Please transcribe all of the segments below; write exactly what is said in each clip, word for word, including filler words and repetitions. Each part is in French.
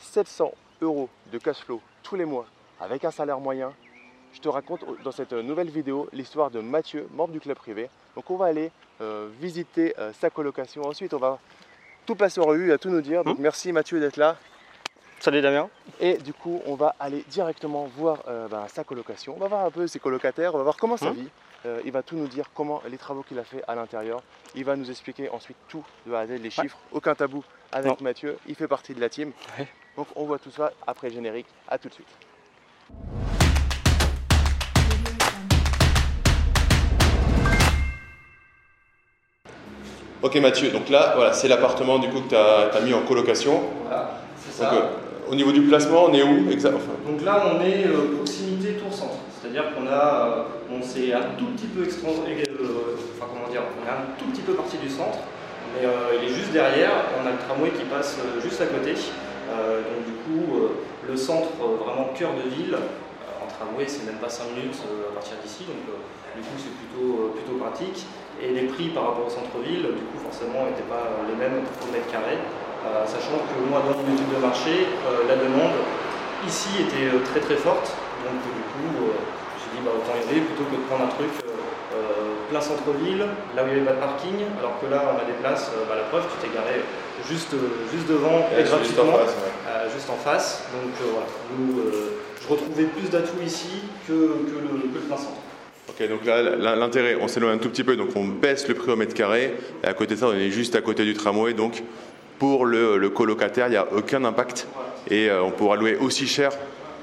sept cents euros de cash flow tous les mois avec un salaire moyen. Je te raconte dans cette nouvelle vidéo l'histoire de Mathieu, membre du club privé. Donc on va aller euh, visiter euh, sa colocation. Ensuite on va tout passer en revue, à tout nous dire. Donc mmh. merci Mathieu d'être là. Salut Damien. Et du coup on va aller directement voir euh, bah, sa colocation. On va voir un peu ses colocataires, on va voir comment ça mmh. vit. Euh, il va tout nous dire, comment les travaux qu'il a fait à l'intérieur. Il va nous expliquer ensuite tout de A à Z, les chiffres, ouais. aucun tabou avec non. Mathieu. Il fait partie de la team. Ouais. Donc on voit tout ça après le générique. À tout de suite. Ok Mathieu, donc là voilà, c'est l'appartement du coup que tu as, as mis en colocation. Voilà, c'est ça. Donc, euh, au niveau du placement, on est où exact, enfin. Donc là on est euh, proximité tour centre. C'est-à-dire qu'on a, euh, on s'est un tout petit peu extra, euh, enfin comment dire, on est un tout petit peu parti du centre, mais euh, il est juste derrière. On a le tramway qui passe euh, juste à côté. Euh, donc du coup, euh, le centre euh, vraiment cœur de ville. Euh, en tramway, c'est même pas cinq minutes euh, à partir d'ici, donc euh, du coup c'est plutôt, euh, plutôt pratique. Et les prix par rapport au centre-ville, du coup forcément, n'étaient pas les mêmes au mètre carré. Euh, sachant que moi, dans mon étude de marché, euh, la demande ici était euh, très très forte. Donc du coup, euh, j'ai dit bah, autant y aller plutôt que de prendre un truc euh, plein centre-ville, là où il n'y avait pas de parking, alors que là on a des places, euh, bah, la preuve, tu t'es garé juste, juste devant et, et gratuitement, juste en face. Ouais. Euh, juste en face. Donc euh, voilà, nous, euh, je retrouvais plus d'atouts ici que, que, le, que le plein centre. Ok, donc là, l'intérêt, on s'éloigne un tout petit peu, donc on baisse le prix au mètre carré, et à côté de ça, on est juste à côté du tramway, donc pour le, le colocataire, il n'y a aucun impact, et euh, on pourra louer aussi cher,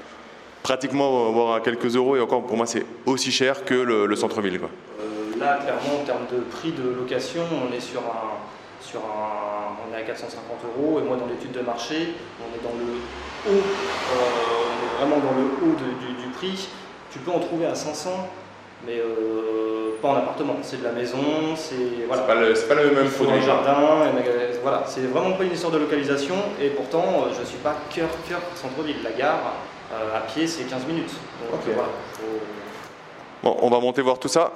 pratiquement voire à quelques euros, et encore pour moi c'est aussi cher que le, le centre-ville. Euh, là, clairement, en termes de prix de location, on est sur un, sur un, on est à quatre cent cinquante euros, et moi dans l'étude de marché, on est dans le haut, euh, on est vraiment dans le haut de, du, du prix. Tu peux en trouver à cinq cents. Mais euh, pas en appartement, c'est de la maison, c'est voilà. pas le, pas le même produit. Un jardin, et voilà, c'est vraiment pas une histoire de localisation. Et pourtant, je suis pas cœur cœur centre-ville. La gare, euh, à pied, c'est quinze minutes. Donc okay. voilà. Faut... Bon, on va monter voir tout ça.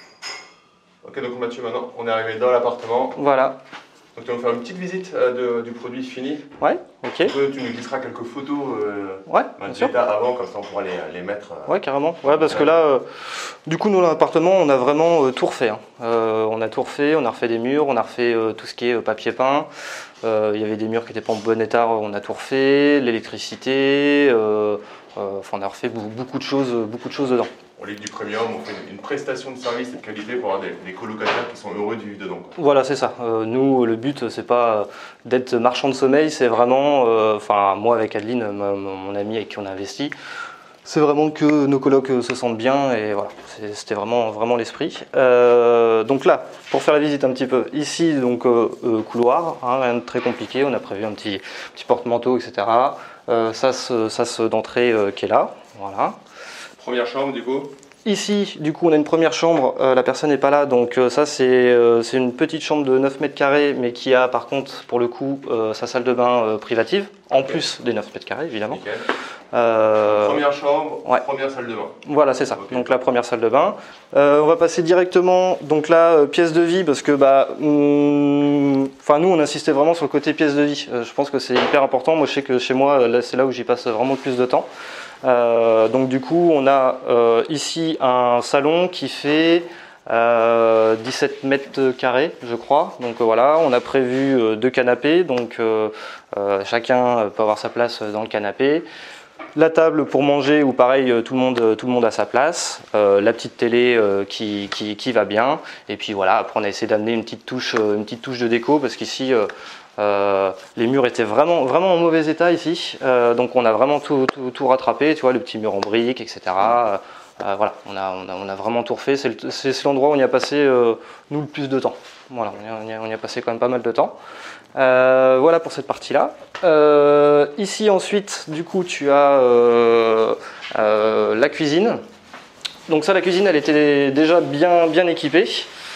Ok, donc Mathieu, maintenant, on est arrivé dans l'appartement. Voilà. Donc tu vas nous faire une petite visite euh, de, du produit fini. Ouais, ok. Donc, tu nous glisseras quelques photos euh, ouais, bien sûr. avant, comme ça on pourra les, les mettre. Euh, ouais, carrément. Ouais, parce que là, euh, du coup, nous, dans l'appartement, on a vraiment euh, tout refait. Hein. Euh, on a tout refait, on a refait des murs, on a refait euh, tout ce qui est euh, papier peint. Euh, il y avait des murs qui n'étaient pas en bon état, on a tout refait, l'électricité. Euh, euh, enfin, on a refait beaucoup de choses, beaucoup de choses dedans. On livre du premium, on fait une prestation de service et de qualité pour avoir des, des colocataires qui sont heureux du dedans. Quoi. Voilà, c'est ça. Euh, nous, le but, c'est pas d'être marchand de sommeil, c'est vraiment, enfin, euh, moi avec Adeline, ma, mon amie avec qui on a investi, c'est vraiment que nos colocs se sentent bien et voilà, c'était vraiment, vraiment l'esprit. Euh, donc là, pour faire la visite un petit peu, ici, donc euh, euh, couloir, hein, rien de très compliqué, on a prévu un petit, petit porte-manteau, et cetera. Euh, sas, sas d'entrée euh, qui est là, voilà. Première chambre du coup. Ici, du coup, on a une première chambre, euh, la personne n'est pas là, donc euh, ça c'est euh, une petite chambre de neuf mètres carrés, mais qui a par contre, pour le coup, euh, sa salle de bain euh, privative, en okay. plus des neuf mètres carrés évidemment. Euh, première chambre, ouais. première salle de bain. Voilà, c'est ça, okay. donc la première salle de bain. Euh, on va passer directement, donc là, euh, pièce de vie, parce que bah, hum, nous on insistait vraiment sur le côté pièce de vie, euh, je pense que c'est hyper important, moi je sais que chez moi, c'est là où j'y passe vraiment le plus de temps. Euh, donc du coup on a euh, ici un salon qui fait euh, dix-sept mètres carrés je crois, donc euh, voilà, on a prévu euh, deux canapés, donc euh, euh, chacun peut avoir sa place dans le canapé, la table pour manger où pareil tout le monde, tout le monde a sa place, euh, la petite télé euh, qui, qui, qui va bien, et puis voilà, après on a essayé d'amener une petite touche, une petite touche de déco parce qu'ici euh, Euh, les murs étaient vraiment, vraiment en mauvais état ici, euh, donc on a vraiment tout, tout, tout rattrapé, tu vois, le petit mur en briques, et cetera. Euh, voilà, on a, on, a, on a vraiment tout refait, c'est l'endroit où on y a passé, euh, nous, le plus de temps. Voilà, on y a, on y a passé quand même pas mal de temps. Euh, voilà pour cette partie-là. Euh, ici, ensuite, du coup, tu as euh, euh, la cuisine. Donc ça, la cuisine, elle était déjà bien, bien équipée.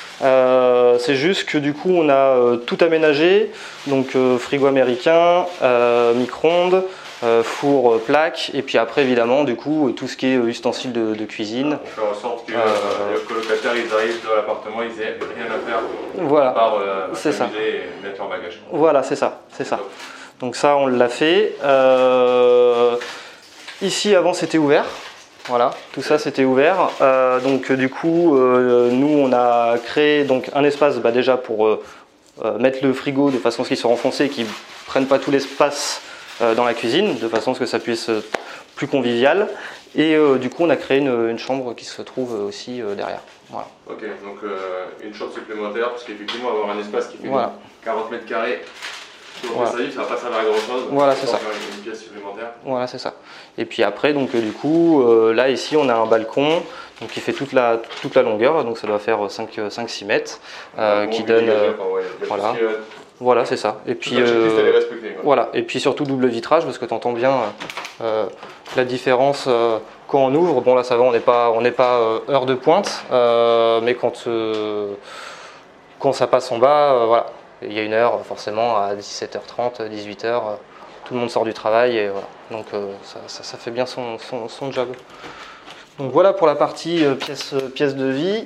Euh, c'est juste que du coup on a euh, tout aménagé, donc euh, frigo américain, euh, micro-ondes, euh, four, euh, plaque, et puis après évidemment du coup tout ce qui est ustensiles de, de cuisine. On fait en sorte que euh, les colocataires ils arrivent dans l'appartement, ils n'aient rien à faire voilà, à part euh, s'amuser et mettre leur bagage. Voilà, c'est ça, c'est ça. Donc ça, on l'a fait. Euh, ici, avant, c'était ouvert. Voilà, tout ça c'était ouvert. Euh, donc du coup, euh, nous on a créé donc un espace bah, déjà pour euh, euh, mettre le frigo de façon à ce qu'il soit renfoncé et qu'il ne prenne pas tout l'espace euh, dans la cuisine, de façon à ce que ça puisse être plus convivial. Et euh, du coup, on a créé une, une chambre qui se trouve aussi euh, derrière. Voilà. Ok, donc euh, une chambre supplémentaire, parce qu'effectivement, avoir un espace qui fait voilà. quarante mètres carrés, voilà. ça ne va pas servir à grand chose. Voilà, c'est ça. Une pièce supplémentaire. Voilà, c'est ça. Et puis après, donc euh, du coup, euh, là ici, on a un balcon donc, qui fait toute la, toute la longueur, donc ça doit faire cinq six mètres, euh, bon, qui donne. Euh, ouais, voilà. Que... Voilà, c'est ça. Et puis, euh, voilà. Et puis surtout double vitrage, parce que tu entends bien euh, la différence euh, quand on ouvre. Bon, là, ça va, on n'est pas, on n'est pas euh, heure de pointe, euh, mais quand, euh, quand ça passe en bas, euh, voilà. Il y a une heure, forcément, à dix-sept heures trente, dix-huit heures, euh, tout le monde sort du travail, et voilà. Donc euh, ça, ça, ça fait bien son, son, son job. Donc voilà pour la partie euh, pièce, euh, pièce de vie.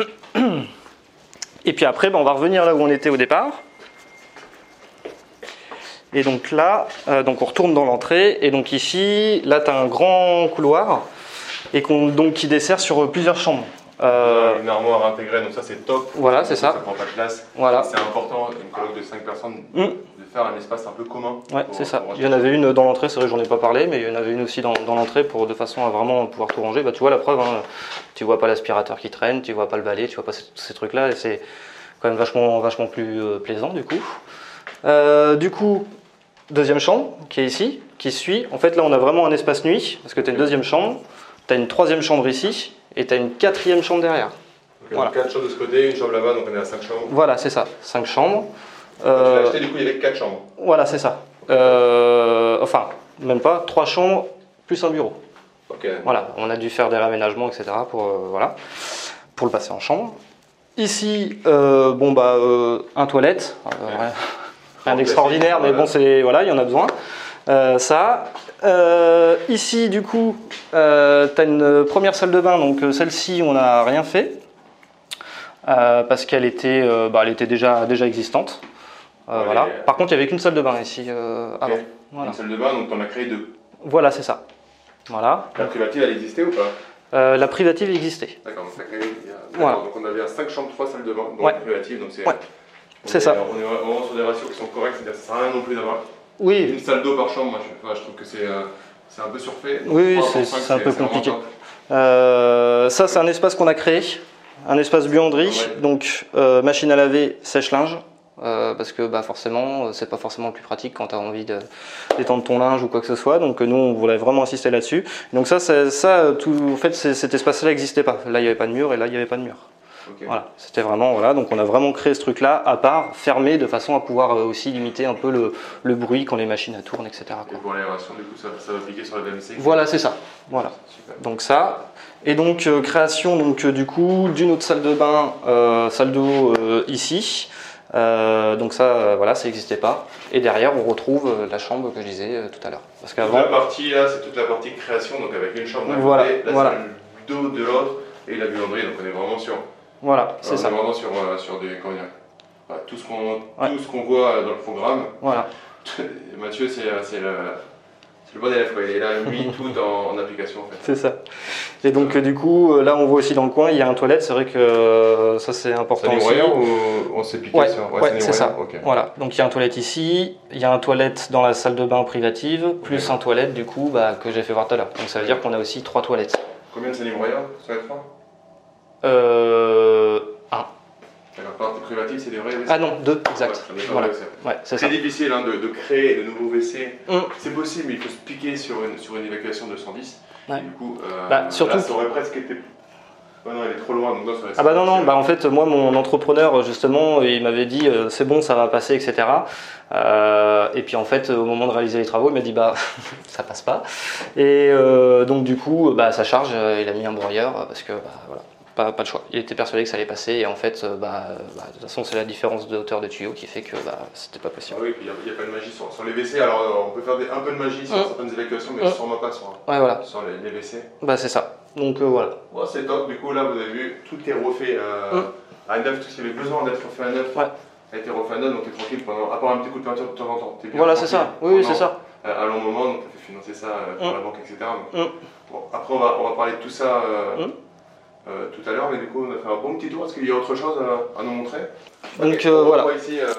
Et puis après, ben, on va revenir là où on était au départ. Et donc là, euh, donc on retourne dans l'entrée. Et donc ici, là, tu as un grand couloir et qu'on, donc, qui dessert sur plusieurs chambres. Euh, une armoire intégrée, donc ça c'est top. Voilà, c'est ça. Ça prend pas de place. Voilà. C'est important, une coloc de cinq personnes, mm. de faire un espace un peu commun. Ouais, c'est ça. Il y en avait une dans l'entrée, c'est vrai, j'en ai pas parlé, mais il y en avait une aussi dans, dans l'entrée pour de façon à vraiment pouvoir tout ranger. Bah, tu vois la preuve, hein, tu vois pas l'aspirateur qui traîne, tu vois pas le balai, tu vois pas ces, ces trucs-là, et c'est quand même vachement, vachement plus euh, plaisant du coup. Euh, du coup, deuxième chambre qui est ici, qui suit. En fait, là, on a vraiment un espace nuit parce que tu as une deuxième chambre, tu as une troisième chambre ici, et tu as une quatrième chambre derrière. Okay, voilà. quatre chambres de ce côté, une chambre là-bas, donc on est à cinq chambres. Voilà, c'est ça, cinq chambres. Euh, tu l'as acheté, du coup, il y avait quatre chambres. Voilà, c'est ça. Euh, enfin, même pas, trois chambres plus un bureau. Okay. Voilà, on a dû faire des réaménagements, et cetera pour, euh, voilà, pour le passer en chambre. Ici, euh, bon, bah, euh, un toilette, euh, okay. rien, rien d'extraordinaire, mais bon, c'est, voilà, il y en a besoin. Euh, ça. Euh, ici, du coup, euh, tu as une première salle de bain, donc celle-ci, on n'a rien fait, euh, parce qu'elle était, euh, bah, elle était déjà, déjà existante. Euh, ouais, voilà. Les... Par contre, il n'y avait qu'une salle de bain ici euh, okay. avant. Voilà. Une salle de bain, donc tu en as créé deux. Voilà, c'est ça. Voilà. La privative, elle existait ou pas? euh, La privative existait. D'accord, donc, créé... voilà. donc on avait cinq chambres, trois salles de bain, donc ouais. privative, donc c'est ouais. c'est ça. On est vraiment sur des ratios qui sont corrects, c'est-à-dire que ça ne sert à rien non plus d'avoir oui. une salle d'eau par chambre. Moi, je, je trouve que c'est euh, un peu surfait. Donc, oui, c'est un peu compliqué. Euh, ça, c'est un espace qu'on a créé, un espace buanderie, ouais. donc euh, machine à laver, sèche-linge. Euh, parce que bah, forcément, c'est pas forcément le plus pratique quand tu as envie d'étendre ton linge ou quoi que ce soit. Donc nous, on voulait vraiment insister là-dessus. Donc ça, ça tout, en fait, cet espace-là n'existait pas. Là, il n'y avait pas de mur et là, il n'y avait pas de mur. Okay. Voilà, c'était vraiment, voilà, donc on a vraiment créé ce truc-là à part, fermé, de façon à pouvoir euh, aussi limiter un peu le, le bruit quand les machines tournent, et cetera. Et pour l'aération, du coup, ça, ça va appliquer sur la V M C. Voilà, c'est ça. Voilà. Super. Donc ça. Et donc euh, création, donc euh, du coup, d'une autre salle de bain, euh, salle d'eau euh, ici. Euh, donc ça, euh, voilà, ça n'existait pas. Et derrière, on retrouve euh, la chambre que je disais euh, tout à l'heure. Parce qu'avant, la partie là, c'est toute la partie création, donc avec une chambre d'un voilà, côté, la voilà. salle d'eau de l'autre et la buanderie. Donc on est vraiment sur. Voilà, c'est ça. On est vraiment sur, euh, sur des, comment dire, bah, tout ce qu'on ouais. qu'on voit dans le programme. Voilà. Mathieu, c'est le, le bon élève, quoi. Il est là, lui, tout en, en application. En fait. C'est ça. Et donc, euh, du coup, là, on voit aussi dans le coin, il y a un toilette. C'est vrai que euh, ça, c'est important aussi. C'est ou on s'est piqué ouais, sur ouais, c'est ça. Okay. Voilà. Donc, il y a un toilette ici, il y a un toilette dans la salle de bain privative, plus okay. un toilette, du coup, bah, que j'ai fait voir tout à l'heure. Donc, ça veut dire qu'on a aussi trois toilettes. Combien de salles broyeurs sur les trois? Euh. un. La partie privative, c'est des vrais W C? Ah non, deux, exact. Ouais, voilà. Ouais, c'est très difficile hein, de, de créer de nouveaux W C. Mm. C'est possible, mais il faut se piquer sur une, sur une évacuation de cent dix. Ouais. Et du coup, euh, bah, surtout là, ça aurait presque été. Oh non, elle est trop loin. Donc non, ça ah bah non, non, bah en fait, moi, mon entrepreneur, justement, il m'avait dit euh, c'est bon, ça va passer, et cetera. Euh, et puis en fait, au moment de réaliser les travaux, il m'a dit bah ça passe pas. Et euh, donc du coup, bah ça charge, il a mis un broyeur parce que bah, voilà. Pas, pas de choix. Il était persuadé que ça allait passer et en fait, bah, bah, de toute façon, c'est la différence de hauteur de tuyau qui fait que bah, c'était pas possible. Ah oui, il n'y a, a pas de magie sur, sur les W C. Alors, on peut faire des, un peu de magie sur mmh. certaines évacuations, mais mmh. sûrement pas sur, ouais, voilà. sur les, les W C. Bah, c'est ça. Donc, euh, voilà. Bon, c'est top. Du coup, là, vous avez vu, tout est refait euh, mmh. à neuf, tout ce qui avait besoin d'être refait à neuf. Ouais. été refait à neuf, donc tu es tranquille pendant, à part un petit coup de peinture de temps en temps. Voilà, c'est ça. Oui, oui c'est ça. Un long moment, donc tu as fait financer ça euh, pour mmh. la banque, et cetera. Donc, mmh. bon, après, on va, on va parler de tout ça euh, mmh. euh, tout à l'heure, mais du coup, on a fait un bon petit tour. Est-ce qu'il y a autre chose à, à nous montrer? Donc okay, euh, voilà. Ici, euh,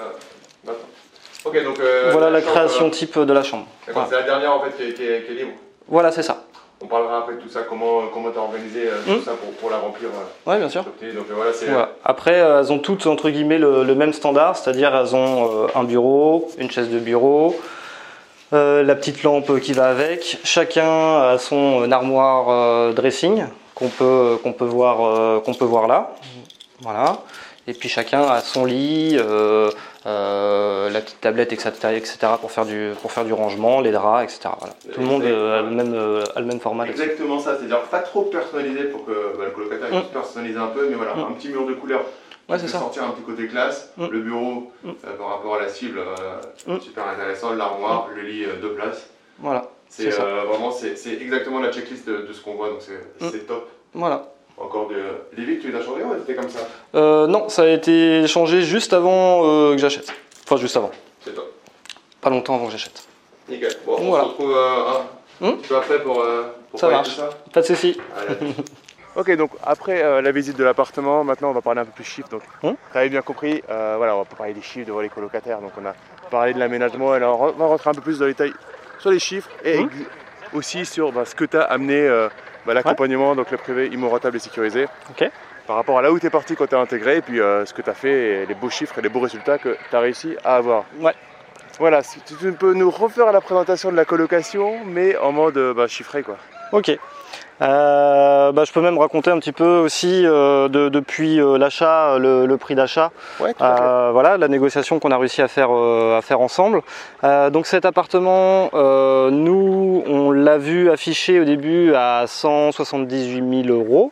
okay, donc, euh, voilà la, la chambre, création euh, type de la chambre. Voilà. C'est la dernière en fait qui est, qui est, qui est libre. Voilà, c'est ça. On parlera après de tout ça, comment comment tu as organisé euh, tout mmh. ça pour, pour la remplir. Euh, oui, bien sûr. Donc, voilà, voilà. Après, euh, elles ont toutes entre guillemets le, le même standard, c'est-à-dire elles ont euh, un bureau, une chaise de bureau, euh, la petite lampe qui va avec. Chacun a son armoire euh, dressing qu'on peut qu'on peut voir euh, qu'on peut voir là. Voilà. Et puis chacun a son lit, euh, euh, la petite tablette, et cetera, et cetera pour faire du pour faire du rangement, les draps, et cetera. Voilà. Tout le monde euh, a, le même, euh, a le même format. Exactement ça, c'est-à-dire pas trop personnalisé pour que bah, le colocataire puisse mmh. personnaliser un peu, mais voilà, mmh. un petit mur de couleur. Ouais, c'est ça. Sortir un petit côté classe, mmh. le bureau mmh. euh, par rapport à la cible, euh, mmh. super intéressant, l'armoire, mmh. le lit euh, deux places. Voilà. C'est euh, vraiment c'est exactement la checklist de, de ce qu'on voit, donc c'est mmh. top. Voilà. Encore de... Les vitres, tu les as changées ou c'était comme ça? euh, Non, ça a été changé juste avant euh, que j'achète. Enfin, juste avant. C'est top. Pas longtemps avant que j'achète. Nickel. Bon, on voilà. se retrouve euh, un mmh. petit peu après pour, euh, pour ça marche. Tout ça. Pas de soucis. Ok, donc après euh, la visite de l'appartement, maintenant on va parler un peu plus chiffres. Donc, mmh. tu avais bien compris, euh, voilà, on va parler des chiffres devant les colocataires. Donc, on a parlé de l'aménagement, alors on va rentrer un peu plus dans les détails sur les chiffres et mmh. aussi sur bah, ce que tu as amené. Euh, Bah, l'accompagnement, ouais. donc le privé, immortable et sécurisé, okay. par rapport à là où tu es parti quand tu as intégré, et puis euh, ce que tu as fait, et les beaux chiffres et les beaux résultats que tu as réussi à avoir. Ouais. Voilà, si tu peux nous refaire la présentation de la colocation, mais en mode bah, chiffré quoi. Ok. Euh, bah, je peux même raconter un petit peu aussi euh, de, depuis euh, l'achat, le, le prix d'achat, ouais, euh, voilà, la négociation qu'on a réussi à faire, euh, à faire ensemble. Euh, donc cet appartement, euh, nous on l'a vu affiché au début à cent soixante-dix-huit mille euros,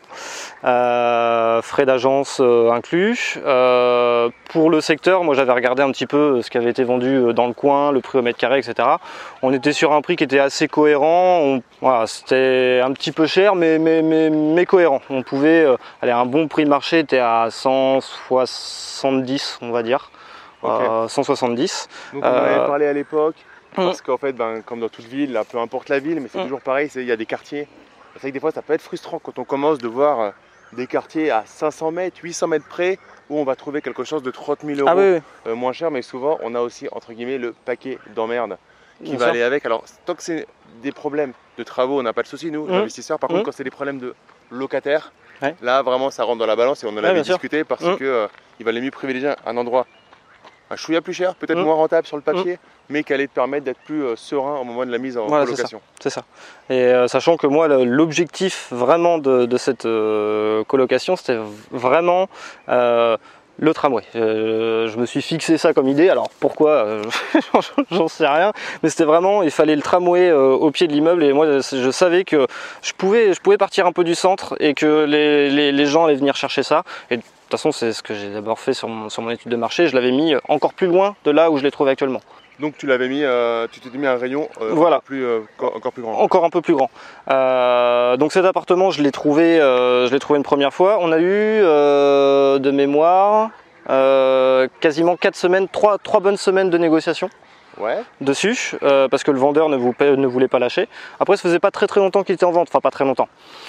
euh, frais d'agence euh, inclus. Euh, pour le secteur, moi j'avais regardé un petit peu ce qui avait été vendu dans le coin, le prix au mètre carré, et cetera. On était sur un prix qui était assez cohérent. On, voilà, c'était un petit peu cher, mais, mais, mais, mais cohérent. On pouvait euh, aller, un bon prix de marché était à cent soixante-dix, on va dire. Okay. Euh, cent soixante-dix. Donc on en avait parlé à l'époque, parce mmh. qu'en fait, ben, comme dans toute ville, là, peu importe la ville, mais c'est mmh. toujours pareil, il y a des quartiers. C'est vrai que des fois, ça peut être frustrant quand on commence de voir euh, des quartiers à cinq cents mètres, huit cents mètres près, où on va trouver quelque chose de trente mille euros ah, oui, oui. Euh, moins cher, mais souvent, on a aussi, entre guillemets, le paquet d'emmerde qui Bien va sûr. aller avec. Alors, tant que c'est des problèmes de travaux, on n'a pas de souci, nous, mmh. investisseurs. Par mmh. contre, quand c'est des problèmes de locataires, ouais. là, vraiment, ça rentre dans la balance et on en ouais, avait discuté sûr. parce mmh. qu'il euh, valait mieux privilégier un endroit un chouïa plus cher, peut-être mmh. moins rentable sur le papier, mmh. mais qui allait te permettre d'être plus euh, serein au moment de la mise en voilà, colocation. C'est ça. ça. Et euh, sachant que moi, l'objectif vraiment de, de cette euh, colocation, c'était vraiment euh, le tramway. Euh, je me suis fixé ça comme idée. Alors pourquoi euh, j'en sais rien. Mais c'était vraiment, il fallait le tramway euh, au pied de l'immeuble. Et moi, je, je savais que je pouvais, je pouvais partir un peu du centre et que les, les, les gens allaient venir chercher ça. Et, de toute façon, c'est ce que j'ai d'abord fait sur mon, sur mon étude de marché. Je l'avais mis encore plus loin de là où je l'ai trouvé actuellement. Donc tu l'avais mis, euh, tu t'es mis un rayon euh, voilà. encore, plus, euh, encore plus grand. Encore un peu plus grand. Euh, donc cet appartement, je l'ai trouvé, euh, je l'ai trouvé une première fois. On a eu euh, de mémoire euh, quasiment quatre semaines, trois, trois bonnes semaines de négociation. Ouais. Dessus, euh, parce que le vendeur ne, vous, ne voulait pas lâcher. Après, ça faisait pas très très longtemps qu'il était en vente. Enfin, pas très longtemps.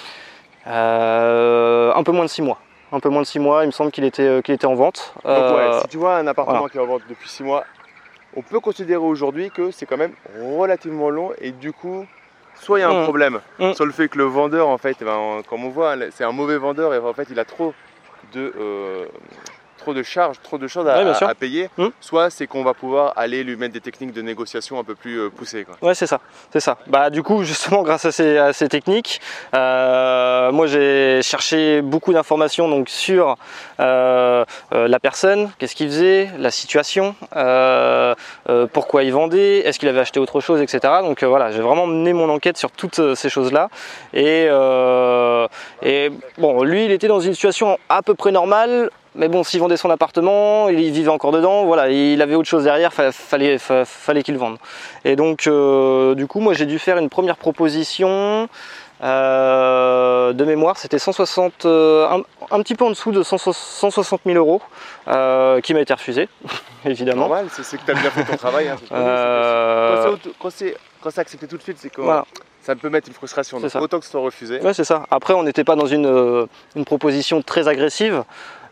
Euh, un peu moins de six mois. Un peu moins de six mois, il me semble qu'il était, euh, qu'il était en vente. Donc ouais, si tu vois un appartement voilà. qui est en vente depuis six mois, on peut considérer aujourd'hui que c'est quand même relativement long et du coup, soit il y a un mmh. problème mmh. sur le fait que le vendeur, en fait, ben, comme on voit, c'est un mauvais vendeur et en fait il a trop de, euh, trop de charges, trop de choses à, ouais, à, à payer, mmh. soit c'est qu'on va pouvoir aller lui mettre des techniques de négociation un peu plus euh, poussées. Quoi. Ouais, c'est ça, c'est ça. Bah, du coup, justement, grâce à ces, à ces techniques, euh, moi j'ai cherché beaucoup d'informations donc sur euh, euh, la personne, qu'est-ce qu'il faisait, la situation, euh, euh, pourquoi il vendait, est-ce qu'il avait acheté autre chose, et cetera. Donc euh, voilà, j'ai vraiment mené mon enquête sur toutes euh, ces choses-là. Et, euh, et bon, lui, il était dans une situation à peu près normale. Mais bon, s'il vendait son appartement, il vivait encore dedans, voilà, il avait autre chose derrière, fallait, fallait, fallait qu'il vende. Et donc, euh, du coup, moi j'ai dû faire une première proposition Euh, de mémoire, c'était cent soixante, euh, un, un petit peu en dessous de cent soixante mille euros euh, qui m'a été refusé, évidemment. Normal, c'est que tu as bien fait ton travail. Hein, euh... Quand c'est accepté tout de suite, c'est que voilà. Ça peut mettre une frustration. Donc autant que ce soit refusé. Ouais, c'est ça. Après, on n'était pas dans une, euh, une proposition très agressive.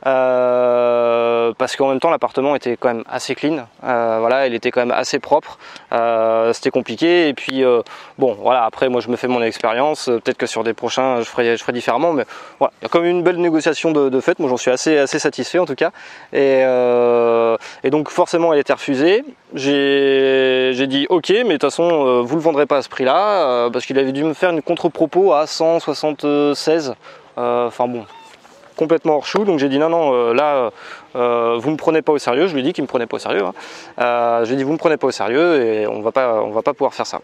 Euh, parce qu'en même temps l'appartement était quand même assez clean, euh, voilà, il était quand même assez propre, euh, c'était compliqué et puis euh, bon voilà, après moi je me fais mon expérience, peut-être que sur des prochains je ferai, je ferai différemment, mais voilà, il y a quand même une belle négociation de, de fait, moi j'en suis assez, assez satisfait en tout cas, et, euh, et donc forcément elle était refusée, j'ai dit ok, mais de toute façon euh, vous le vendrez pas à ce prix là, euh, parce qu'il avait dû me faire une contre-propos à cent soixante-seize, enfin euh, bon, complètement hors chou, donc j'ai dit non non euh, là euh, vous me prenez pas au sérieux, je lui ai dit qu'il me prenait pas au sérieux, hein. euh, je lui ai dit vous me prenez pas au sérieux et on va pas on va pas pouvoir faire ça.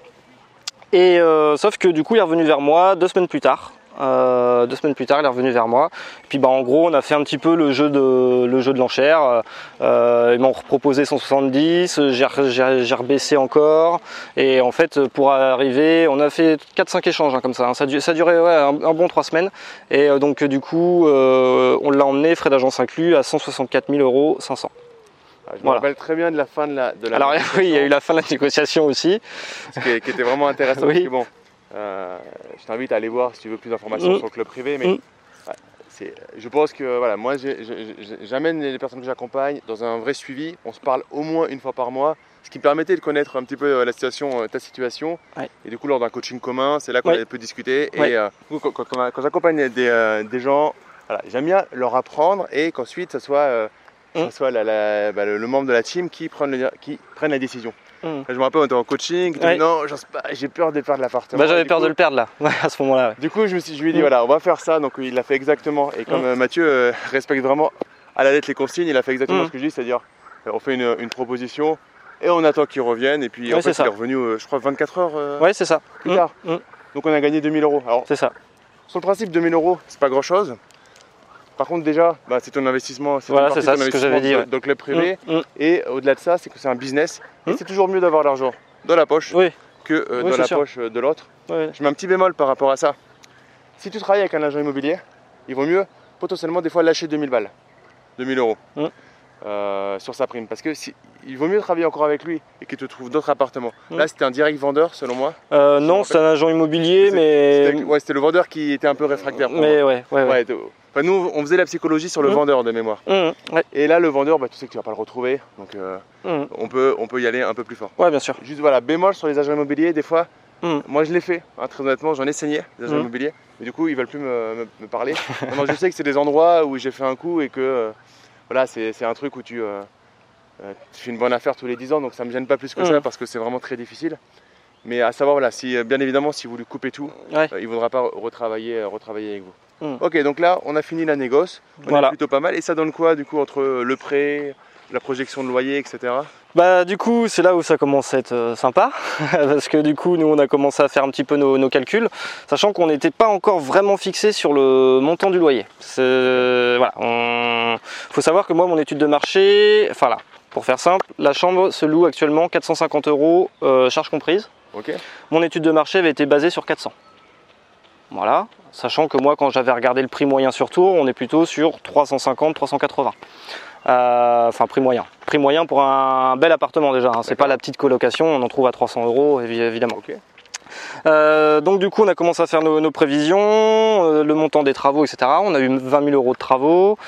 Et euh, sauf que du coup il est revenu vers moi deux semaines plus tard. Euh, deux semaines plus tard, il est revenu vers moi. Et puis bah en gros, on a fait un petit peu le jeu de le jeu de l'enchère. Euh, ils m'ont proposé cent soixante-dix, j'ai rebaissé encore. Et en fait, pour arriver, on a fait quatre cinq échanges hein, comme ça. Hein. Ça, ça a duré ouais, un, un bon trois semaines. Et euh, donc du coup, euh, on l'a emmené, frais d'agence inclus, à cent soixante-quatre mille euros cinq cents. Je me voilà. rappelle très bien de la fin de la, de la Alors oui, il y a eu la fin de la négociation aussi. Ce qui, est, qui était vraiment intéressant. Oui. Parce que bon, Euh, je t'invite à aller voir si tu veux plus d'informations mmh. sur le club privé, mais mmh. ouais, je pense que voilà, moi j'amène les personnes que j'accompagne dans un vrai suivi, on se parle au moins une fois par mois, ce qui me permettait de connaître un petit peu la situation, ta situation, ouais. et du coup lors d'un coaching commun, c'est là qu'on ouais. peut discuter, ouais. et euh, quand, quand, quand j'accompagne des, euh, des gens, voilà, j'aime bien leur apprendre et qu'ensuite ce soit, euh, mmh. ça soit la, la, bah, le, le membre de la team qui prenne, le, qui prenne la décision. Mmh. Je me rappelle, on était en coaching, ouais. non, j'ai peur de perdre l'appartement. Bah, J'avais peur coup, de le perdre là, à ce moment-là. Ouais. Du coup, je, me suis, je lui ai dit, mmh. voilà, on va faire ça. Donc, il l'a fait exactement. Et comme mmh. euh, Mathieu euh, respecte vraiment à la lettre les consignes, il a fait exactement mmh. ce que je dis, c'est-à-dire, euh, on fait une, une proposition et on attend qu'il revienne. Et puis, ouais, en fait, il est revenu, euh, je crois, vingt-quatre heures euh, ouais, c'est ça. plus mmh. tard. Mmh. Donc, on a gagné deux mille euros. Alors, c'est ça. Sur le principe, deux mille euros, c'est pas grand-chose. Par contre, déjà, bah, c'est ton investissement, c'est voilà, ça, ce que j'avais dit, dans, ouais. dans le club privé. Mmh. Et au-delà de ça, c'est que c'est un business. Mmh. Et c'est toujours mieux d'avoir l'argent dans la poche oui. que euh, oui, dans la sûr. poche de l'autre. Oui. Je mets un petit bémol par rapport à ça. Si tu travailles avec un agent immobilier, il vaut mieux potentiellement des fois lâcher deux mille balles, deux mille euros mmh. euh, sur sa prime. Parce que si, il vaut mieux travailler encore avec lui et qu'il te trouve d'autres appartements. Mmh. Là, c'était un direct vendeur selon moi. Euh, non, c'est un agent immobilier, mais. C'était ouais, le vendeur qui était un peu réfractaire. Pour mais moi. ouais, ouais, ouais. ouais Enfin, nous, on faisait la psychologie sur le mmh. vendeur de mémoire. Mmh. Ouais. Et là, le vendeur, bah, tu sais que tu vas pas le retrouver. Donc, euh, mmh. on, peut, on peut y aller un peu plus fort. Ouais, bien sûr. Juste voilà, bémol sur les agents immobiliers, des fois, mmh. moi je l'ai fait, hein, très honnêtement, j'en ai saigné, des agents mmh. immobiliers. Mais du coup, ils veulent plus me, me, me parler. Non, je sais que c'est des endroits où j'ai fait un coup et que euh, voilà, c'est un truc où tu, euh, tu fais une bonne affaire tous les dix ans. Donc, ça me gêne pas plus que mmh. ça parce que c'est vraiment très difficile. Mais à savoir, voilà, si, bien évidemment, si vous lui coupez tout, ouais. euh, il ne voudra pas retravailler, retravailler avec vous. Mmh. Ok, donc là, on a fini la négoce, on voilà. est plutôt pas mal. Et ça donne quoi, du coup, entre le prêt, la projection de loyer, et cetera. Bah du coup c'est là où ça commence à être euh, sympa parce que du coup nous on a commencé à faire un petit peu nos, nos calculs, sachant qu'on n'était pas encore vraiment fixé sur le montant du loyer. Voilà, on... faut savoir que moi mon étude de marché, enfin là, pour faire simple, la chambre se loue actuellement quatre cent cinquante euros, euh, charges comprises. Okay. Mon étude de marché avait été basée sur quatre cents. Voilà, sachant que moi quand j'avais regardé le prix moyen sur Tours, on est plutôt sur trois cent cinquante, trois cent quatre-vingts. Euh, enfin prix moyen. Prix moyen pour un bel appartement déjà, hein. C'est pas la petite colocation, on en trouve à trois cents euros évidemment. Okay. Euh, donc du coup on a commencé à faire nos, nos prévisions, euh, le montant des travaux, et cetera. On a eu vingt mille euros de travaux,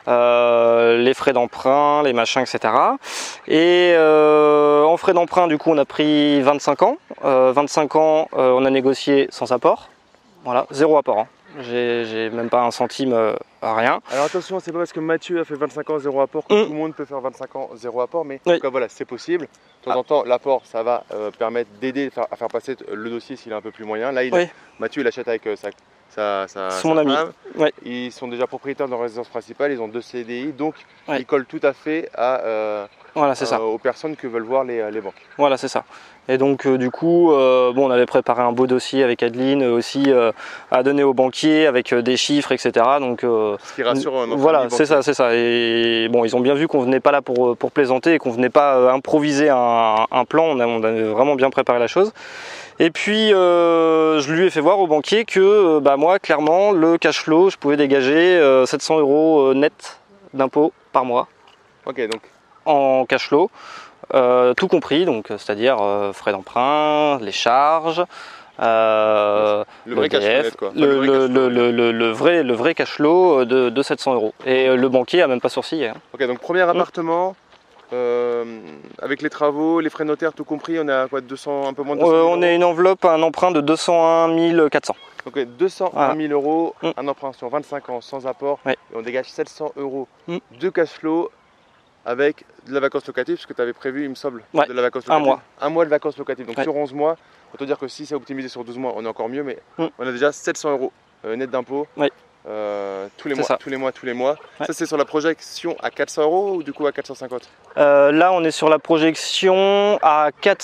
euh, les frais d'emprunt, les machins, et cetera. Et euh, en frais d'emprunt du coup on a pris vingt-cinq ans. Euh, vingt-cinq ans euh, on a négocié sans apport. Voilà, zéro apport. Hein. J'ai même pas un centime, euh, rien. Alors attention, c'est pas parce que Mathieu a fait vingt-cinq ans zéro apport que mmh. tout le monde peut faire vingt-cinq ans zéro apport, mais oui. en tout cas voilà, c'est possible. De temps ah. en temps, l'apport, ça va euh, permettre d'aider à faire passer le dossier s'il est un peu plus moyen. Là, il oui. a, Mathieu, il achète avec euh, sa, sa, sa, sa mon ami. Oui. Ils sont déjà propriétaires de leur résidence principale, ils ont deux C D I, donc oui. ils collent tout à fait à, euh, voilà, c'est euh, ça. aux personnes que veulent voir les, les banques. Voilà, c'est ça. Et donc euh, du coup, euh, bon, on avait préparé un beau dossier avec Adeline euh, aussi euh, à donner aux banquiers avec euh, des chiffres, et cetera. Donc euh, ce qui rassure notre voilà, c'est ça, c'est ça. Et bon, ils ont bien vu qu'on venait pas là pour pour plaisanter et qu'on venait pas euh, improviser un, un plan. On, a, on avait vraiment bien préparé la chose. Et puis euh, je lui ai fait voir au banquier que euh, bah, moi clairement le cash flow je pouvais dégager euh, sept cents euros net d'impôts par mois. Ok, donc en cash flow, euh, tout compris, donc c'est-à-dire euh, frais d'emprunt, les charges, euh, le vrai le cash flow D F, net, quoi. Enfin, le, le vrai le, cash flow. le, le, le vrai, le vrai cash flow de, de sept cents euros. Et euh, le banquier a même pas sourcillé. Hein. Ok, donc premier appartement, euh, avec les travaux, les frais notaires, tout compris, on est à quoi, deux cents, un peu moins de deux cent mille Euh, euros. on a une enveloppe, un emprunt de deux cent un mille quatre cents. Ok, deux cent un Voilà. mille euros, Mm. un emprunt sur vingt-cinq ans sans apport, Ouais. et on dégage sept cents euros Mm. de cash flow avec de la vacance locative, parce que tu avais prévu, il me semble, Ouais, de la vacance un locative. mois. Un mois de vacances locatives. Donc Ouais. sur onze mois, on peut dire que si c'est optimisé sur douze mois, on est encore mieux, mais Mm. on a déjà sept cents euros euh, net d'impôts Ouais. euh, tous les C'est mois, ça. tous les mois, tous les mois. Ouais. Ça c'est sur la projection à quatre cents euros ou du coup à quatre cent cinquante? Euh, là, on est sur la projection à quatre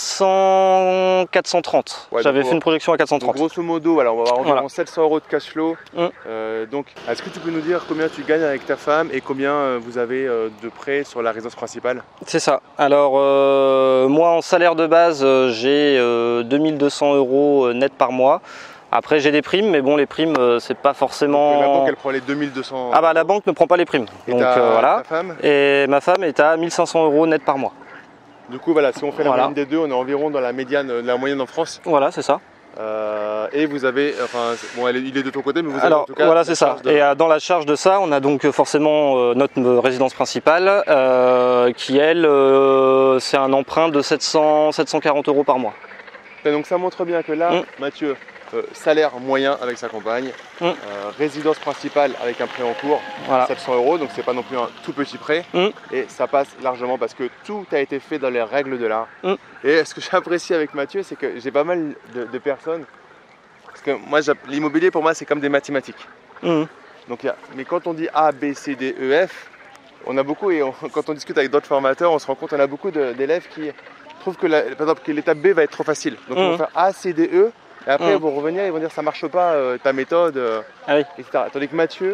cents, quatre cent trente. Ouais, J'avais donc, fait une projection à quatre cent Donc trente. grosso modo, alors on va avoir environ Voilà. sept cents euros de cash flow. Mm. Euh, donc, est-ce que tu peux nous dire combien tu gagnes avec ta femme et combien euh, vous avez euh, de prêts sur la résidence principale? C'est ça. Alors, euh, moi, en salaire de base, euh, j'ai euh, deux mille deux cents euros euh, net par mois. Après, j'ai des primes, mais bon, les primes, euh, c'est pas forcément. Donc, la banque, elle prend les deux mille deux cents. Ah bah, la banque ne prend pas les primes. Et Donc ta, euh, voilà. ta femme? Et ma femme est à mille cinq cents euros net par mois. Du coup, voilà, si on fait la Voilà. moyenne des deux, on est environ dans la médiane, euh, la moyenne en France. Voilà, c'est ça. Euh, et vous avez, enfin, bon, elle est- il est de ton côté, mais vous avez Alors en tout cas. voilà, la c'est ça. charge de- Et euh, dans la charge de ça, on a donc euh, forcément euh, notre euh, résidence principale, euh, qui elle, euh, c'est un emprunt de sept cents, sept cent quarante euros par mois. Et donc ça montre bien que là, Mm. Mathieu, euh, salaire moyen avec sa compagne, Mm. euh, résidence principale avec un prêt en cours, Voilà. sept cents euros, donc c'est pas non plus un tout petit prêt, Mm. et ça passe largement parce que tout a été fait dans les règles de l'art. Mm. Et ce que j'apprécie avec Mathieu, c'est que j'ai pas mal de, de personnes, parce que moi j'app- l'immobilier pour moi c'est comme des mathématiques. Mhm. Donc, il y a- mais quand on dit A, B, C, D, E, F, on a beaucoup, et on- quand on discute avec d'autres formateurs, on se rend compte qu'on a beaucoup de- d'élèves qui trouvent que, la- par exemple, que l'étape B va être trop facile. Donc ils Mhm. vont faire A, C, D, E, et après Mhm. ils vont revenir, ils vont dire ça marche pas, euh, ta méthode, euh, Ah oui. et cetera. Tandis que Mathieu,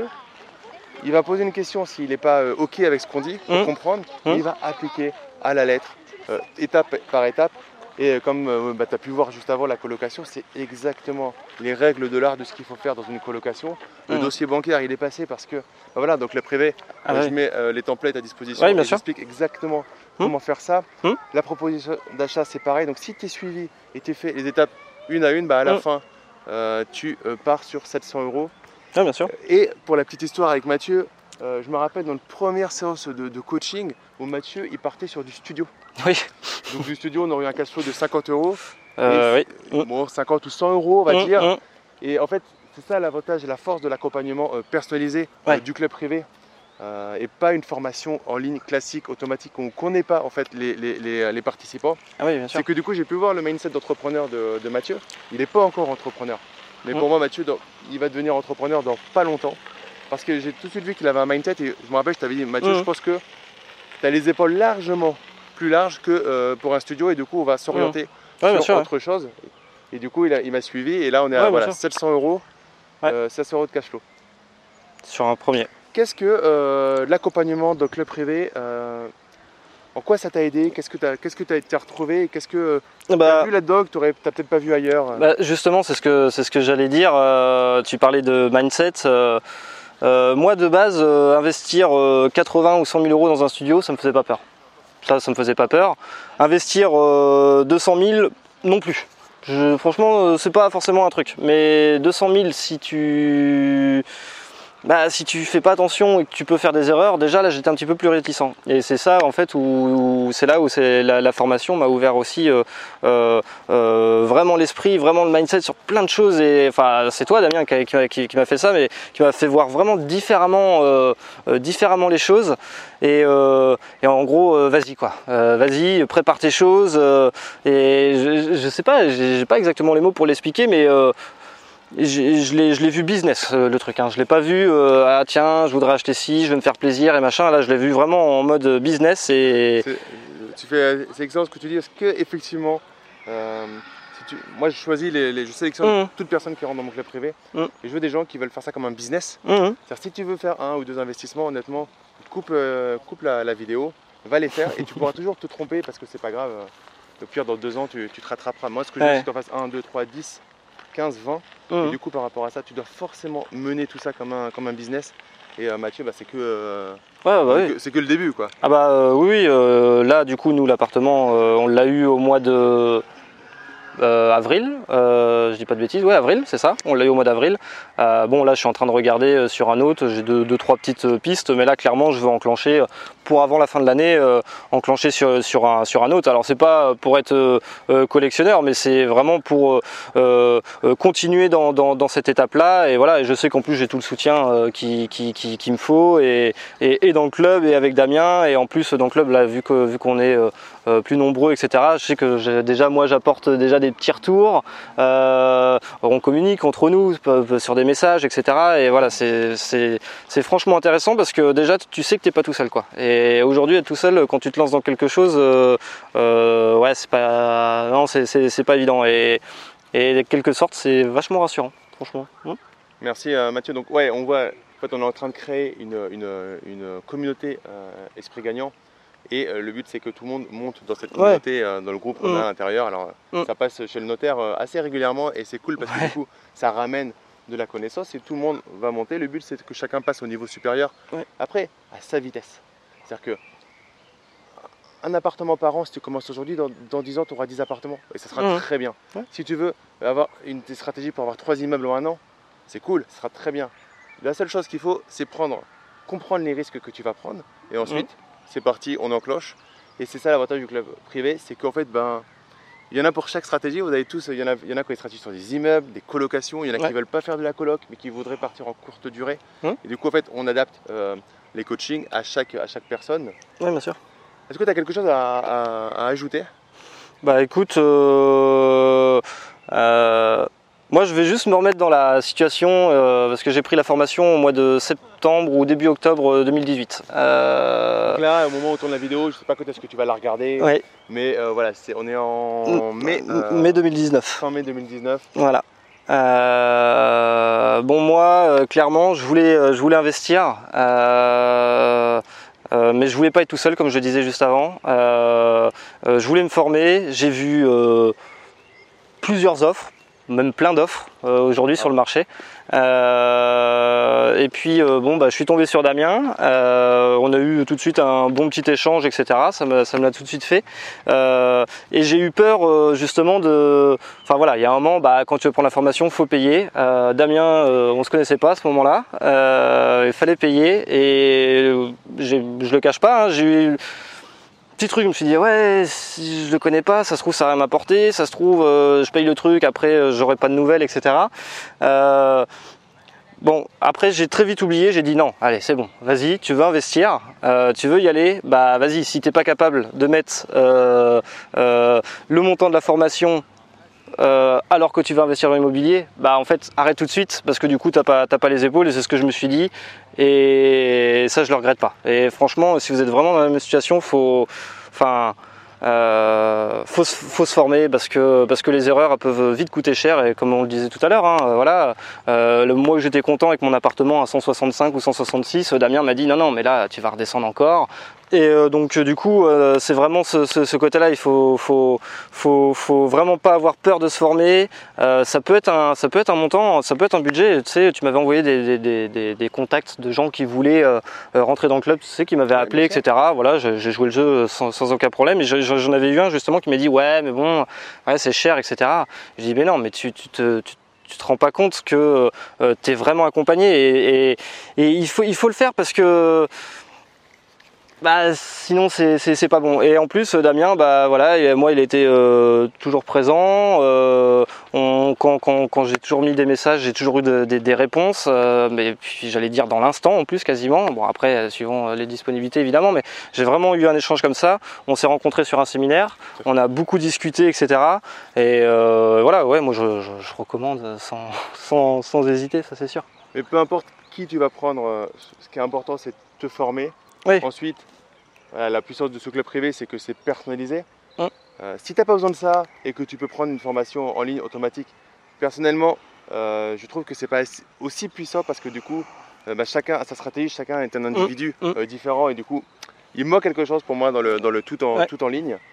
il va poser une question s'il n'est pas euh, OK avec ce qu'on dit, pour Mhm. comprendre, Mhm. il va appliquer à la lettre, euh, étape par étape. Et euh, comme euh, bah, tu as pu voir juste avant la colocation, c'est exactement les règles de l'art de ce qu'il faut faire dans une colocation. Le Mhm. dossier bancaire, il est passé parce que, bah, voilà, donc le privé, Ah euh, oui. je mets euh, les templates à disposition Oui, bien et sûr. j'explique exactement Mhm. comment faire ça. Mhm. La proposition d'achat, c'est pareil. Donc si tu es suivi et tu fait les étapes une à une, bah, à la Mhm. fin, euh, tu euh, pars sur sept cents euros. Ah, bien sûr. Et pour la petite histoire avec Mathieu, euh, je me rappelle dans notre première séance de, de coaching où Mathieu il partait sur du studio. Oui. Donc du studio, on aurait eu un cash flow de cinquante euros. Euh, Et oui. c'est- Bon, cinquante ou cent euros, on va Mhm, dire. mhm. Et en fait, c'est ça l'avantage et la force de l'accompagnement euh, personnalisé euh, Ouais. du club privé. Euh, et pas une formation en ligne classique, automatique, où on ne connaît pas en fait les, les- les- les participants. Ah oui, bien sûr. C'est que du coup, j'ai pu voir le mindset d'entrepreneur de, de Mathieu. Il n'est pas encore entrepreneur. Mais Mhm. pour moi, Mathieu, dans- il va devenir entrepreneur dans pas longtemps. Parce que j'ai tout de suite vu qu'il avait un mindset. Et je me rappelle, je t'avais dit, Mathieu, Mhm. je pense que tu as les épaules largement plus larges que euh, pour un studio. Et du coup, on va s'orienter Ouais, bien sur sûr. ouais. autre chose. Et du coup, il, a- il m'a suivi. Et là, on est Ouais, à bien voilà, sûr. sept cents euros. Ouais. euh, sept cents euros de cash flow. Sur un premier. Qu'est-ce que euh, l'accompagnement de club privé, euh, en quoi ça t'a aidé? Qu'est-ce que tu as, qu'est-ce que tu as retrouvé? Et qu'est-ce que tu Bah, as vu là-dedans que tu n'as peut-être pas vu ailleurs? bah, justement, c'est ce que, c'est ce que j'allais dire. Euh, tu parlais de mindset. euh, euh, moi, de base, euh, investir euh, quatre-vingts ou cent mille euros dans un studio, ça me faisait pas peur. Ça, ça me faisait pas peur. Investir euh, deux cent mille, non plus. Je, franchement, euh, c'est pas forcément un truc. Mais deux cent mille, si tu... Bah, si tu fais pas attention et que tu peux faire des erreurs, déjà là j'étais un petit peu plus réticent. Et c'est ça en fait où, où c'est là où c'est la, la formation m'a ouvert aussi euh, euh, euh, vraiment l'esprit, vraiment le mindset sur plein de choses. Et enfin c'est toi Damien qui, qui, qui, qui m'a fait ça, mais qui m'a fait voir vraiment différemment, euh, euh, différemment les choses. Et, euh, et en gros euh, vas-y quoi, euh, vas-y prépare tes choses. Euh, et je, je sais pas, j'ai j'ai pas exactement les mots pour l'expliquer, mais euh, Je, je l'ai vu business euh, le truc, hein. Je l'ai pas vu euh, ah tiens je voudrais acheter ci, je vais me faire plaisir et machin. Là je l'ai vu vraiment en mode business et C'est tu fais- c'est excellent ce que tu dis. Est-ce que effectivement, euh, si tu- moi je choisis, les, les- je sélectionne Mhm. toute personne qui rentre dans mon club privé Mhm. et je veux des gens qui veulent faire ça comme un business. Mhm. C'est-à-dire si tu veux faire un ou deux investissements, honnêtement, coupe, euh, coupe la, la vidéo, va les faire et tu pourras toujours te tromper parce que c'est pas grave. Au pire, dans deux ans, tu, tu te rattraperas. Moi, ce que je ouais. veux, c'est que tu en fasses un, deux, trois, dix, quinze, vingt. Mmh. Et du coup, par rapport à ça, tu dois forcément mener tout ça comme un, comme un business. Et euh, Mathieu, bah, c'est que, euh, ouais, bah, oui. que, que le début, quoi. Ah bah euh, oui, euh, là, du coup, nous, l'appartement, euh, on l'a eu au mois de... Euh, avril, euh, je dis pas de bêtises, ouais avril, c'est ça, on l'a eu au mois d'avril. Euh, bon là je suis en train de regarder sur un autre, j'ai deux, deux trois petites pistes, mais là clairement je veux enclencher pour avant la fin de l'année, euh, enclencher sur, sur, un, sur un autre. Alors c'est pas pour être euh, collectionneur, mais c'est vraiment pour euh, euh, continuer dans, dans, dans cette étape-là. Et voilà, et je sais qu'en plus j'ai tout le soutien euh, qui, qui, qui, qui me faut, et, et, et dans le club et avec Damien, et en plus dans le club là vu que vu qu'on est euh, plus nombreux, et cetera. Je sais que déjà moi j'apporte déjà des des petits retours, euh, on communique entre nous sur des messages, et cetera. Et voilà, c'est franchement intéressant parce que déjà tu sais que tu n'es pas tout seul, quoi. Et aujourd'hui, être tout seul quand tu te lances dans quelque chose, euh, euh, ouais, c'est pas, non, c'est pas évident. Et, et de quelque sorte, c'est vachement rassurant, franchement. Mmh. Merci euh, Mathieu. Donc ouais, on voit, en fait, on est en train de créer une, une, une communauté euh, esprit gagnant. Et euh, le but, c'est que tout le monde monte dans cette communauté, ouais. euh, dans le groupe qu'on mmh. a à l'intérieur. Alors, mmh. ça passe chez le notaire euh, assez régulièrement et c'est cool parce que ouais. du coup, ça ramène de la connaissance et tout le monde va monter. Le but, c'est que chacun passe au niveau supérieur. Ouais. Après, à sa vitesse. C'est-à-dire que un appartement par an, si tu commences aujourd'hui, dans, dans dix ans, tu auras dix appartements et ça sera mmh. très bien. Ouais. Si tu veux avoir une stratégie pour avoir trois immeubles en un an, c'est cool, ça sera très bien. La seule chose qu'il faut, c'est prendre, comprendre les risques que tu vas prendre et ensuite. Mmh. C'est parti, on enclenche. Et c'est ça l'avantage du club privé, c'est qu'en fait, ben, il y en a pour chaque stratégie. Vous avez tous, il y en a, il y en a qui ont des stratégies sur des immeubles, des colocations. Il y en a ouais. qui ne veulent pas faire de la coloc, mais qui voudraient partir en courte durée. Hum. Et du coup, en fait, on adapte euh, les coachings à chaque, à chaque personne. Oui, bien sûr. Est-ce que tu as quelque chose à, à, à ajouter? Bah écoute, euh, euh, moi je vais juste me remettre dans la situation euh, parce que j'ai pris la formation au mois de septembre ou début octobre deux mille dix-huit. Euh... Donc là, au moment où on tourne la vidéo, je ne sais pas quand est-ce que tu vas la regarder, ouais. mais euh, voilà, est, on est en mai, euh, mai deux mille dix-neuf. Fin mai deux mille dix-neuf. Voilà. Euh, bon moi, euh, clairement, je voulais, euh, je voulais investir. Euh, Euh, mais je voulais pas être tout seul comme je le disais juste avant. Euh, euh, je voulais me former, j'ai vu euh, plusieurs offres, même plein d'offres euh, aujourd'hui ah. sur le marché. Euh, et puis euh, bon bah je suis tombé sur Damien, euh, on a eu tout de suite un bon petit échange, et cetera. Ça me, ça me l'a tout de suite fait. Euh, et j'ai eu peur euh, justement de. Enfin voilà, il y a un moment, bah, quand tu veux prendre la formation, il faut payer. Euh, Damien, euh, on ne se connaissait pas à ce moment-là. Euh, il fallait payer et je le cache pas, hein, j'ai eu. Petit truc, je me suis dit ouais, si je le connais pas, ça se trouve ça va rien m'apporter, ça se trouve euh, je paye le truc, après euh, j'aurai pas de nouvelles, et cetera. Euh, bon, après j'ai très vite oublié, j'ai dit non, allez c'est bon, vas-y, tu veux investir, euh, tu veux y aller, bah vas-y, si t'es pas capable de mettre euh, euh, le montant de la formation Euh, alors que tu vas investir dans l'immobilier, bah en fait arrête tout de suite parce que du coup t'as pas, t'as pas les épaules et c'est ce que je me suis dit et ça je le regrette pas. Et franchement si vous êtes vraiment dans la même situation, faut, enfin, euh, faut, faut se former parce que, parce que les erreurs elles peuvent vite coûter cher et comme on le disait tout à l'heure, hein, voilà, euh, le mois où j'étais content avec mon appartement à cent soixante-cinq ou cent soixante-six, Damien m'a dit non non mais là tu vas redescendre encore. Et euh, donc du coup euh, c'est vraiment ce, ce, ce côté là, il faut, faut, faut, faut vraiment pas avoir peur de se former. Euh, ça peut être un, ça peut être un montant, ça peut être un budget, tu sais, tu m'avais envoyé des, des, des, des contacts de gens qui voulaient euh, rentrer dans le club, tu sais, qui m'avaient appelé, et cetera. Voilà, j'ai joué le jeu sans, sans aucun problème et j'en avais eu un justement qui m'a dit ouais mais bon ouais, c'est cher, et cetera. Je dis mais non mais tu, tu te tu, tu te rends pas compte que euh, tu es vraiment accompagné et, et, et il, faut, il faut le faire parce que bah sinon c'est pas bon. Et en plus Damien, bah voilà, et moi il était euh, toujours présent. Euh, on, quand quand, quand j'ai toujours mis des messages, j'ai toujours eu de, de, des réponses. Euh, mais puis j'allais dire dans l'instant en plus quasiment. Bon après suivant les disponibilités évidemment, mais j'ai vraiment eu un échange comme ça. On s'est rencontrés sur un séminaire, on a beaucoup discuté, et cetera. Et euh, voilà, ouais, moi je, je, je recommande sans, sans, sans hésiter, ça c'est sûr. Mais peu importe qui tu vas prendre, ce qui est important c'est de te former. Oui. Ensuite, voilà, la puissance de ce club privé, c'est que c'est personnalisé. Hum. Euh, si tu n'as pas besoin de ça et que tu peux prendre une formation en ligne automatique, personnellement, euh, je trouve que c'est pas aussi puissant parce que du coup, euh, bah, chacun a sa stratégie, chacun est un individu hum. euh, différent et du coup, il manque quelque chose pour moi dans le, dans le tout, en, ouais. tout en ligne.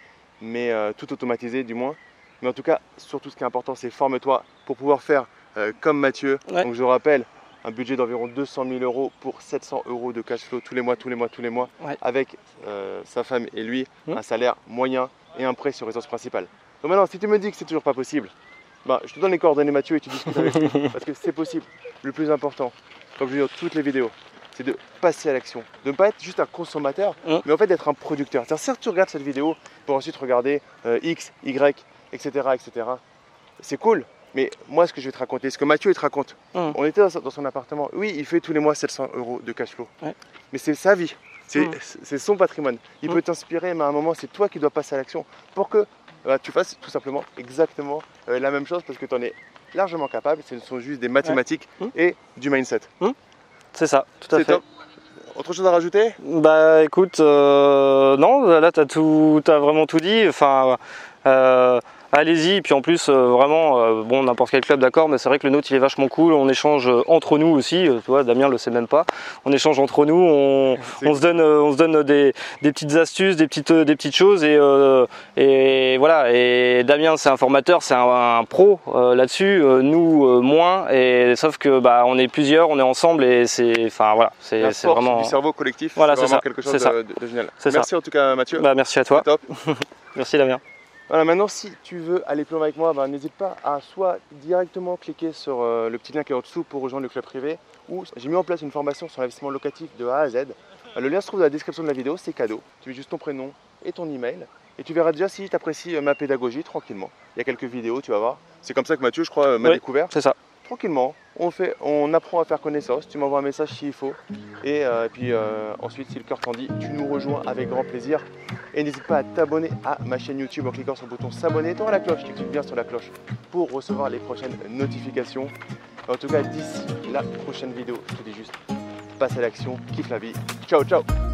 mais euh, tout automatisé du moins. Mais en tout cas, surtout ce qui est important, c'est forme-toi pour pouvoir faire euh, comme Mathieu. Ouais. Donc je rappelle, un budget d'environ deux cent mille euros pour sept cents euros de cash flow tous les mois, tous les mois, tous les mois, Ouais. avec euh, sa femme et lui, Mmh. un salaire moyen et un prêt sur résidence principale. Donc maintenant, si tu me dis que c'est toujours pas possible, bah, je te donne les coordonnées Mathieu et tu discutes avec lui, parce que c'est possible. Le plus important, comme je dis dans toutes les vidéos, c'est de passer à l'action, de ne pas être juste un consommateur, Mmh. mais en fait d'être un producteur. C'est-à-dire, certes, tu regardes cette vidéo pour ensuite regarder euh, X, Y, et cetera, et cetera. C'est cool, mais moi, ce que je vais te raconter, ce que Mathieu il te raconte, Mmh. on était dans son appartement. Oui, il fait tous les mois sept cents euros de cash flow, Ouais. mais c'est sa vie, c'est Mmh. c'est son patrimoine. Il Mmh. peut t'inspirer, mais à un moment, c'est toi qui dois passer à l'action pour que bah, tu fasses tout simplement exactement euh, la même chose, parce que tu en es largement capable. Ce sont juste des mathématiques Mmh. et du mindset. C'est ça, tout à C'est fait. top. Autre chose à rajouter? Bah écoute, euh, non, là t'as tout, t'as vraiment tout dit. Enfin, euh, allez-y. Puis en plus, euh, vraiment, euh, bon, n'importe quel club, d'accord, mais c'est vrai que le nôtre il est vachement cool. On échange entre nous aussi. euh, Tu vois, Damien le sait même pas. On échange entre nous. On, C'est on se donne, euh, on se donne des, des petites astuces, des petites, euh, des petites choses. Et, euh, et voilà. Et Damien, c'est un formateur, c'est un, un pro euh, là-dessus. Euh, nous, euh, moins. Et sauf que bah, on est plusieurs, on est ensemble et c'est, enfin voilà, c'est La c'est force vraiment. du cerveau collectif, Voilà, c'est c'est vraiment ça, quelque chose c'est ça. de, de- de génial. C'est Merci en tout cas Mathieu. Bah, merci à toi. C'est top. Merci Damien. Voilà, maintenant si tu veux aller plus loin avec moi, bah, n'hésite pas à soit directement cliquer sur euh, le petit lien qui est en dessous pour rejoindre le club privé, ou j'ai mis en place une formation sur l'investissement locatif de A à Z. Euh, Le lien se trouve dans la description de la vidéo, c'est cadeau. Tu mets juste ton prénom et ton email et tu verras déjà si tu apprécies ma pédagogie tranquillement. Il y a quelques vidéos, tu vas voir. C'est comme ça que Mathieu, je crois, m'a Oui. découvert. C'est ça. Tranquillement, on, fait, on apprend à faire connaissance, tu m'envoies un message s'il faut. Et euh, puis euh, ensuite, si le cœur t'en dit, tu nous rejoins avec grand plaisir. Et n'hésite pas à t'abonner à ma chaîne YouTube en cliquant sur le bouton s'abonner. Tu auras la cloche, tu cliques bien sur la cloche pour recevoir les prochaines notifications. En tout cas, d'ici la prochaine vidéo, je te dis juste, passe à l'action, kiffe la vie. Ciao, ciao!